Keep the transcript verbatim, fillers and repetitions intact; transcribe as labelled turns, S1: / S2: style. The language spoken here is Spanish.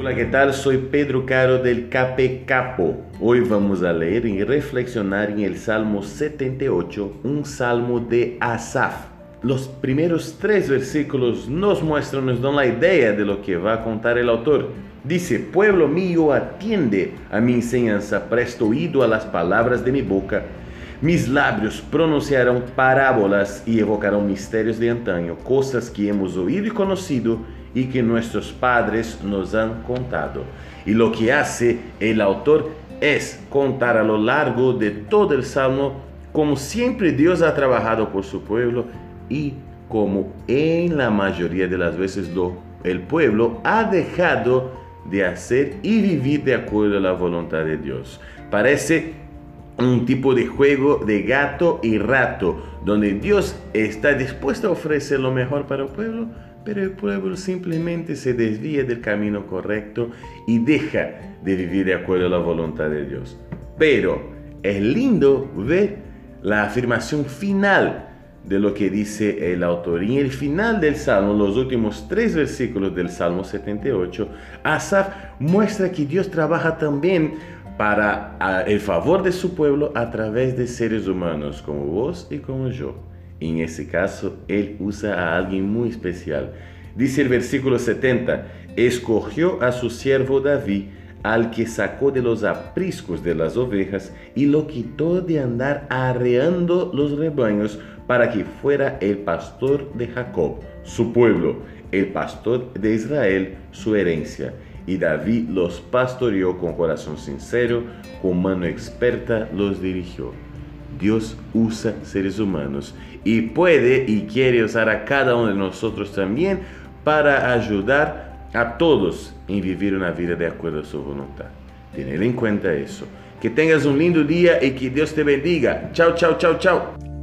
S1: Hola, ¿qué tal? Soy Pedro Caro del Cape Capo. Hoy vamos a leer y reflexionar en el Salmo setenta y ocho, un salmo de Asaf. Los primeros tres versículos nos muestran, nos dan la idea de lo que va a contar el autor. Dice: pueblo mío, atiende a mi enseñanza, presto oído a las palabras de mi boca. Mis labios pronunciarán parábolas y evocarán misterios de antaño, cosas que hemos oído y conocido y que nuestros padres nos han contado. Y lo que hace el autor es contar a lo largo de todo el Salmo como siempre Dios ha trabajado por su pueblo y como en la mayoría de las veces lo, el pueblo ha dejado de hacer y vivir de acuerdo a la voluntad de Dios. Parece un tipo de juego de gato y rato, donde Dios está dispuesto a ofrecer lo mejor para el pueblo, pero el pueblo simplemente se desvía del camino correcto y deja de vivir de acuerdo a la voluntad de Dios. Pero es lindo ver la afirmación final de lo que dice el autor. Y en el final del Salmo, los últimos tres versículos del Salmo setenta y ocho, Asaf muestra que Dios trabaja también para el favor de su pueblo a través de seres humanos como vos y como yo. En ese caso, Él usa a alguien muy especial. Dice el versículo setenta: escogió a su siervo David, al que sacó de los apriscos de las ovejas y lo quitó de andar arreando los rebaños para que fuera el pastor de Jacob, su pueblo, el pastor de Israel, su herencia. Y David los pastoreó con corazón sincero, con mano experta los dirigió. Dios usa seres humanos y puede y quiere usar a cada uno de nosotros también para ayudar a todos en vivir una vida de acuerdo a su voluntad. Tener en cuenta eso. Que tengas un lindo día y que Dios te bendiga. Chao, chao, chao, chao.